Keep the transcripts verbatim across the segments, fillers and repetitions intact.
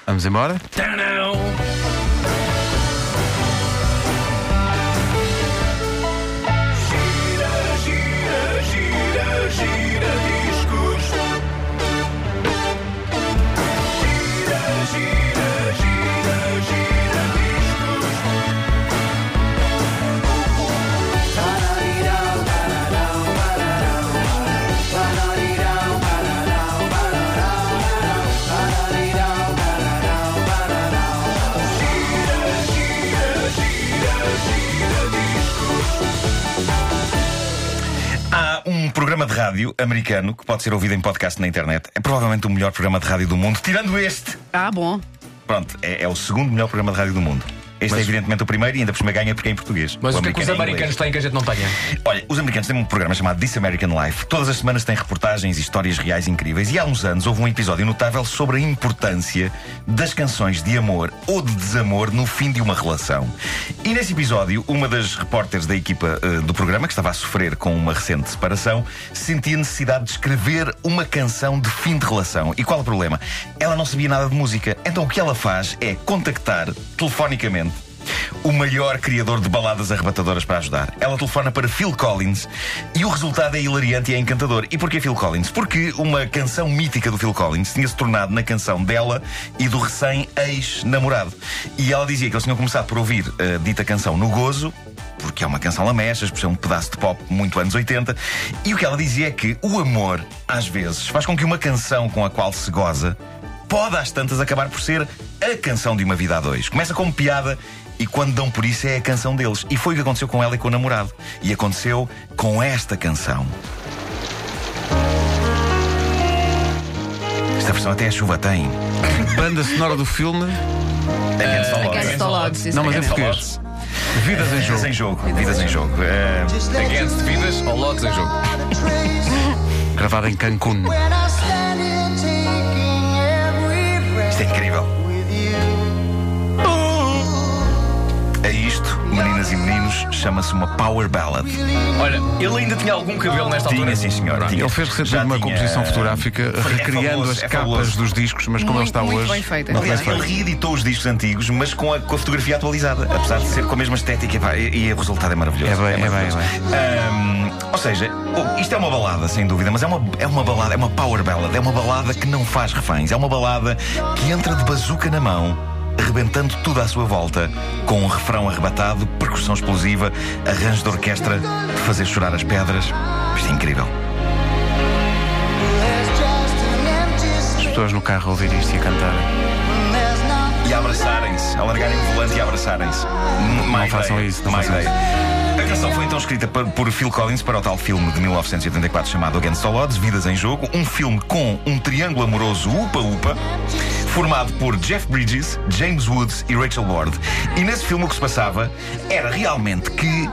Vamos embora? Um programa de rádio americano que pode ser ouvido em podcast na internet. É provavelmente o melhor programa de rádio do mundo, tirando este. Ah, bom. Pronto, é, é o segundo melhor programa de rádio do mundo. Este Mas... é evidentemente o primeiro e ainda por cima ganha porque é em português. Mas o, o que é que os americanos têm que a gente não tenha? Olha, os americanos têm um programa chamado This American Life. Todas as semanas têm reportagens e histórias reais incríveis. E há uns anos houve um episódio notável sobre a importância das canções de amor ou de desamor no fim de uma relação. E nesse episódio, uma das repórteres da equipa uh, do programa, que estava a sofrer com uma recente separação, sentia necessidade de escrever uma canção de fim de relação. E qual o problema? Ela não sabia nada de música. Então o que ela faz é contactar telefonicamente o maior criador de baladas arrebatadoras para ajudar. Ela telefona para Phil Collins e o resultado é hilariante e é encantador. E porquê Phil Collins? Porque uma canção mítica do Phil Collins tinha-se tornado na canção dela e do recém-ex-namorado. E ela dizia que eles tinham começado por ouvir a dita canção no gozo, porque é uma canção lamechas, por ser um pedaço de pop muito anos oitenta. E o que ela dizia é que o amor, às vezes, faz com que uma canção com a qual se goza pode às tantas acabar por ser a canção de uma vida a dois. Começa como piada e quando dão por isso é a canção deles. E foi o que aconteceu com ela e com o namorado. E aconteceu com esta canção. Esta versão até a chuva tem. Banda sonora do filme Against All Odds. Against All Odds. Não, mas em Against All português. Odds. Vidas em Vidas jogo. em jogo. Vidas em jogo. Uh, Against vidas ou lotes em jogo? Gravada em Cancún. Isto é incrível. A isto, meninas e meninos, chama-se uma power ballad. Olha, ele ainda tinha algum cabelo nesta altura? Tinha, sim, senhor. Tinha. Ele fez recentemente Já uma tinha- composição fotográfica Foi- é recriando fabuloso, as é capas fabuloso. dos discos, mas como ele Muito, está muito hoje. bem feito. não Aliás, foi ele feito. reeditou os discos antigos, mas com a, com a fotografia atualizada. Apesar de ser com a mesma estética, pá, e, e o resultado é maravilhoso. É bem, é bem, maravilhoso. é Ahm, ou seja, oh, isto é uma balada, sem dúvida, mas é uma, é uma balada, é uma power ballad. É uma balada que não faz reféns. É uma balada que entra de bazuca na mão, arrebentando tudo à sua volta, com um refrão arrebatado, percussão explosiva, arranjo de orquestra de fazer chorar as pedras. Isto é incrível. As pessoas no carro a ouvir isto e a cantarem. E a abraçarem-se, a largarem o volante e a abraçarem-se. Má façam ideia, isso, não má façam ideia. A canção foi então escrita por, por Phil Collins para o tal filme de mil novecentos e oitenta e quatro chamado Against All Odds, Vidas em Jogo, um filme com um triângulo amoroso upa-upa, formado por Jeff Bridges, James Woods e Rachel Ward. E nesse filme o que se passava era realmente que...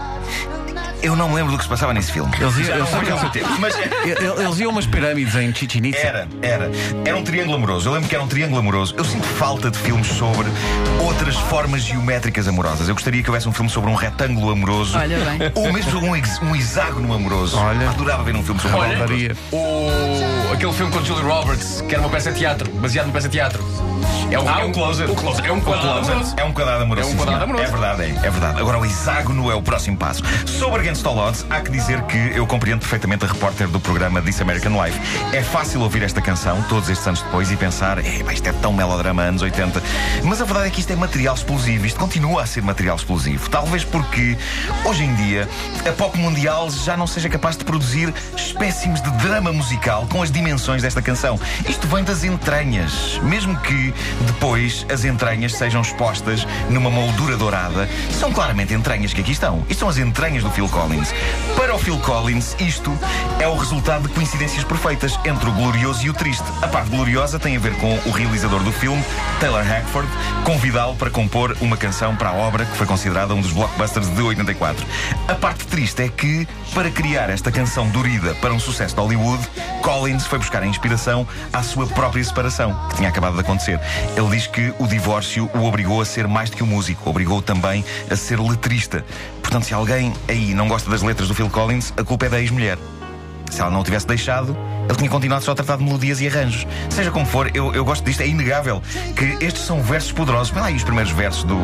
Eu não me lembro do que se passava nesse filme. Eles iam- Já eu não sei foi que há eles- muito tempo, mas... Eles iam a umas pirâmides em Chichen Itza. Era, era. Era um triângulo amoroso. Eu lembro que era um triângulo amoroso. Eu sinto falta de filmes sobre outras formas geométricas amorosas. Eu gostaria que houvesse um filme sobre um retângulo amoroso. Olha bem. Ou mesmo sobre um, hex- um hexágono amoroso. Olha. Adorava ver um filme sobre um Olha. retângulo Daria. O... Aquele filme com Julia Roberts, que era uma peça de teatro, baseado numa peça de teatro. É um, Ah, é um closer. O closer. É um quadrado amoroso. É um quadrado amoroso. É um sim, quadrado senhor. amoroso. É verdade, é, é verdade. Agora o hexágono é o próximo passo. Sobre Against All Odds, há que dizer que eu compreendo perfeitamente a repórter do programa This American Life. É fácil ouvir esta canção todos estes anos depois e pensar, é, isto é tão melodrama anos oitenta. Mas a verdade é que isto é material explosivo. Isto continua a ser material explosivo. Talvez porque hoje em dia a pop mundial já não seja capaz de produzir espécimes de drama musical com as dimensões desta canção. Isto vem das entranhas. Mesmo que depois as entranhas sejam expostas numa moldura dourada, são claramente entranhas que aqui estão. Isto são as entranhas do Phil Collins. Para o Phil Collins, isto é o resultado de coincidências perfeitas entre o glorioso e o triste. A parte gloriosa tem a ver com o realizador do filme, Taylor Hackford, convidá-lo para compor uma canção para a obra que foi considerada um dos blockbusters de oitenta e quatro. A parte triste é que, para criar esta canção dorida para um sucesso de Hollywood, Collins foi buscar a inspiração à sua própria separação, que tinha acabado de acontecer. Ele diz que o divórcio o obrigou a ser mais do que um músico, obrigou também a ser letrista. Portanto, se alguém aí não gosta das letras do Phil Collins, a culpa é da ex-mulher. Se ela não o tivesse deixado, ele tinha continuado só a tratar de melodias e arranjos. Seja como for, eu, eu gosto disto, é inegável que estes são versos poderosos. Olha aí os primeiros versos do...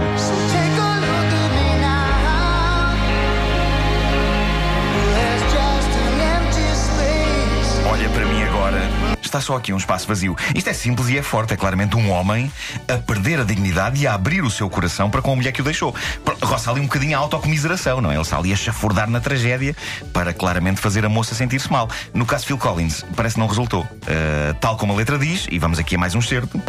Olha para mim agora, está só aqui um espaço vazio. Isto é simples e é forte. É claramente um homem a perder a dignidade e a abrir o seu coração para com a mulher que o deixou. Roça ali um bocadinho a autocomiseração, não é? Ele está ali a chafurdar na tragédia para claramente fazer a moça sentir-se mal. No caso de Phil Collins, parece que não resultou. Uh, tal como a letra diz, e vamos aqui a mais um certo.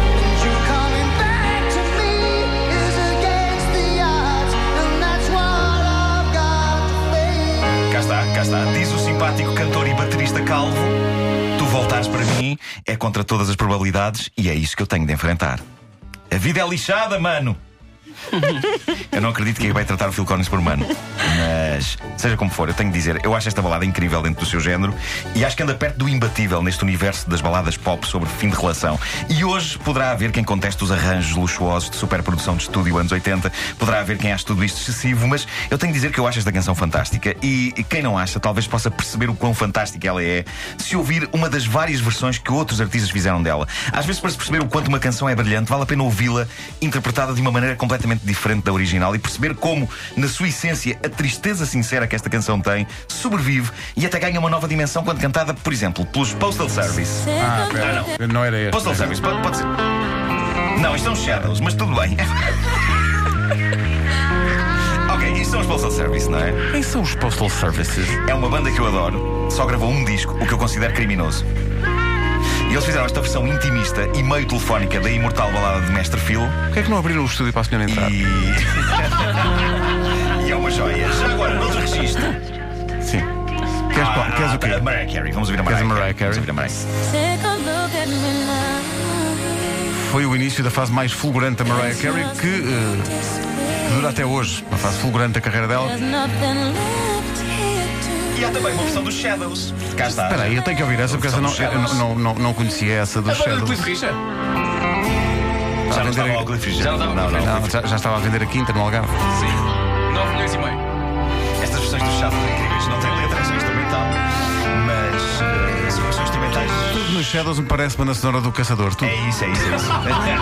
Cá está, cá está. Diz o simpático cantor e baterista calvo: tu voltares para mim é contra todas as probabilidades e é isso que eu tenho de enfrentar. A vida é lixada, mano. Eu não acredito que vai tratar o Phil Collins por mano. Mas, seja como for, eu tenho de dizer, eu acho esta balada incrível dentro do seu género e acho que anda perto do imbatível neste universo das baladas pop sobre fim de relação. E hoje poderá haver quem conteste os arranjos luxuosos de superprodução de estúdio anos oitenta. Poderá haver quem ache tudo isto excessivo. Mas eu tenho de dizer que eu acho esta canção fantástica. E, e quem não acha, talvez possa perceber o quão fantástica ela é se ouvir uma das várias versões que outros artistas fizeram dela. Às vezes, para se perceber o quanto uma canção é brilhante, vale a pena ouvi-la interpretada de uma maneira completamente diferente da original e perceber como, na sua essência, a tristeza sincera que esta canção tem sobrevive e até ganha uma nova dimensão quando cantada, por exemplo, pelos Postal Service. Ah, pera, não, não era este. Postal Service, pode, pode ser. Não, isto são os Shadows, mas tudo bem. Ok, isto são os Postal Service, não é? Quem são os Postal Services? É uma banda que eu adoro, só gravou um disco, o que eu considero criminoso. E eles fizeram esta versão intimista e meio telefónica da imortal balada de Mestre Phil. Porquê é que não abriram o estúdio para a senhora entrar? E... e é uma joia. Já agora, noutro registro. Sim. Queres, ah, queres o quê? A Mariah Carey. Vamos ouvir a Mariah, Queres a Mariah Carey. Carey? Vamos ouvir a Mariah. Foi o início da fase mais fulgurante da Mariah Carey que, uh, que dura até hoje. Uma fase fulgurante da carreira dela. E há também uma versão dos Shadows. Cá está. Espera aí, eu tenho que ouvir essa porque essa não, eu não, não, não, não conhecia essa dos A banda do Shadows. Cliff Richard? Já não estava vender... ao Cliff Richard. Já não estava não, ao não, Não, já, já estava a vender a quinta no Algarve. Sim. nove milhões e meio. Estas versões dos Shadows são incríveis. Não tem letra, é só instrumental. Mas uh, são versões instrumentais. Tudo nos Shadows me parece banda sonora do Caçador. Tudo. É isso, é isso, é isso.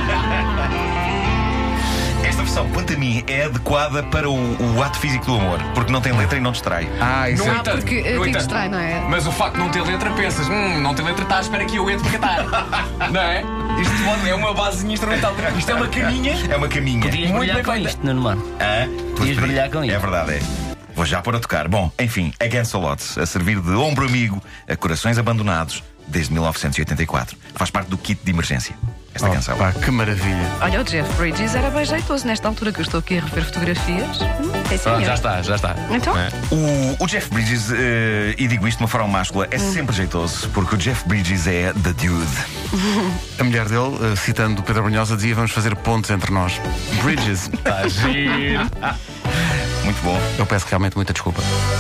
Esta versão, quanto a mim, é adequada para o, o ato físico do amor, porque não tem letra e não distrai. Ah, isso No é. entanto, porque no a ti entanto, distrai, não é? Mas o facto de não ter letra, pensas, hum, não tem letra, está à espera que eu entre para cantar. Não é? Isto é uma basezinha instrumental. Isto é uma caminha. É uma caminha. Podias Muito brilhar bem com feita. isto, Nuno Marco. Ah, Podias brilhar com É isto. verdade, é. Vou já pôr a tocar. Bom, enfim, Against All Odds, a servir de ombro amigo a corações abandonados desde mil novecentos e oitenta e quatro. Faz parte do kit de emergência, esta Oh, canção. pá, que maravilha. Olha, o Jeff Bridges era bem jeitoso nesta altura que eu estou aqui a rever fotografias. Hum, é sim, Pronto, é. já está, já está. Então? É. O, o Jeff Bridges, eh, e digo isto de uma forma máscula, é sempre jeitoso, porque o Jeff Bridges é the dude. A mulher dele, eh, citando o Pedro Brunhosa, dizia: vamos fazer pontes entre nós. Bridges. Está giro. Muito bom. Eu peço realmente muita desculpa.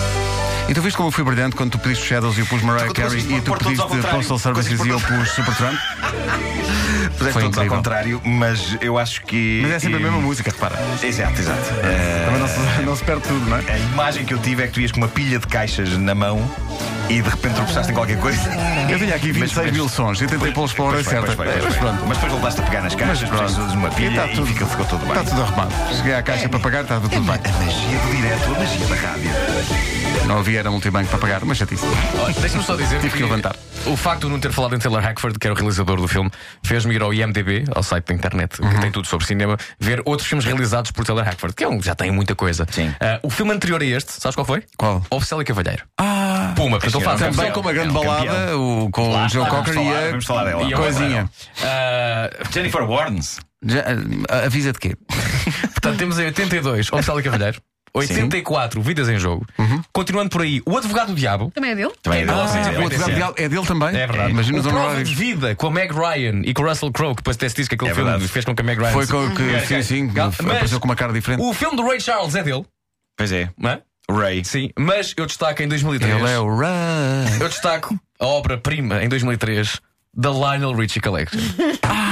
E tu viste como eu fui brilhante quando tu pediste Shadows e eu pus Mariah Tu Carey conseguiste e tu pôr todos ao pediste contrário. Postal Services e eu Conseguiste pus Supertramp? Puseste Foi todos ao incrível. contrário, mas eu acho que. Mas é sempre a mesma música, repara. Exato, exato. Eh, Também não se, não se perde tudo, não é? A imagem que eu tive é que tu ias com uma pilha de caixas na mão e de repente tropeçaste em qualquer coisa. Eu tinha aqui vinte e seis Mas- mil sons e tentei pô-los para a hora Pois foi, certa. pois foi, pois Mas foi. pronto. Mas depois voltaste a pegar nas caixas, Mas pronto. precisas de uma pilha está e, tudo, fica, ficou tudo bem. Está tudo arrumado. Cheguei à caixa para pagar, está tudo É bem. a magia do direto, a magia da rádio. Não havia era multibanco para pagar, mas chatice. Olha, deixa-me só dizer Tive que levantar. o facto de não ter falado em Taylor Hackford, que era o realizador do filme, fez-me ir ao I M D B, ao site da internet, Uhum. que tem tudo sobre cinema, ver outros filmes realizados por Taylor Hackford, que é um, já tem muita coisa. Sim. Ah, o filme anterior a este, sabes qual foi? Qual? Oficial e Cavalheiro. Ah, Puma, portanto ele faz Também também Oficial. com uma grande É um balada campeão. o, com o Joe Vamos Cocker falar, e a vamos falar dela. E a coisinha. Ah, Jennifer Warnes. Já, ah, avisa de quê? portanto, temos em oitenta e dois Oficial e Cavalheiro. oitenta e quatro Vidas em Jogo. Continuando por aí, O Advogado do Diabo. Também é dele? Também é dele, Ah, sim, sim, O oitenta e advogado sete. diabo é dele também. É verdade. Imagina o os Prova honorários. de Vida com a Meg Ryan e com o Russell Crowe, que depois até se diz que aquele É filme verdade. fez com que a Meg Ryan. Foi com que, Ok, sim, ok. sim, Mas apareceu com uma cara diferente. O filme do Ray Charles é dele, Pois é. não é? Ray. Sim, mas eu destaco em dois mil e três. Ele é o Eu destaco a obra-prima em dois mil e três da Lionel Richie Collection. Ah,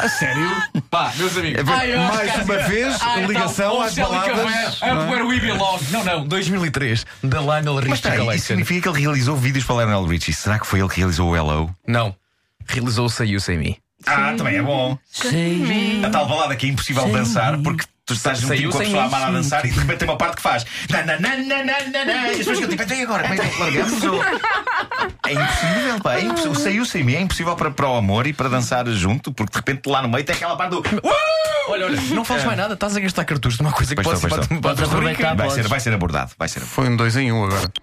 A sério? Pá, meus amigos. Ai, mais uma vez, Ai, ligação tal, às Shelly baladas. Cavern, Up Where We Belong. Não, não, dois mil e três, The Lionel Mas Richie espera aí, isso Collection. significa que ele realizou vídeos para Lionel Richie. Será que foi ele que realizou o Hello? Não, realizou o Say You Say Me. Ah, também é bom. A tal balada que é impossível dançar porque tu estás juntinho com a pessoa amada a dançar e de repente tem uma parte que faz na, na, na, na, na, na, na, e as pessoas ficam tipo, e agora? Como é que largamos? Ou... É impossível, pá. É impossível. O Say You Say Me é impossível para, para o amor e para dançar junto, porque de repente lá no meio tem aquela parte do uh! Olha, olha, não fales mais nada, estás a gastar cartuchos de uma coisa que Pois pode estou, ser pois para estou. para- para- Vai ser, vai ser abordado. Vai ser. Foi um dois em um agora.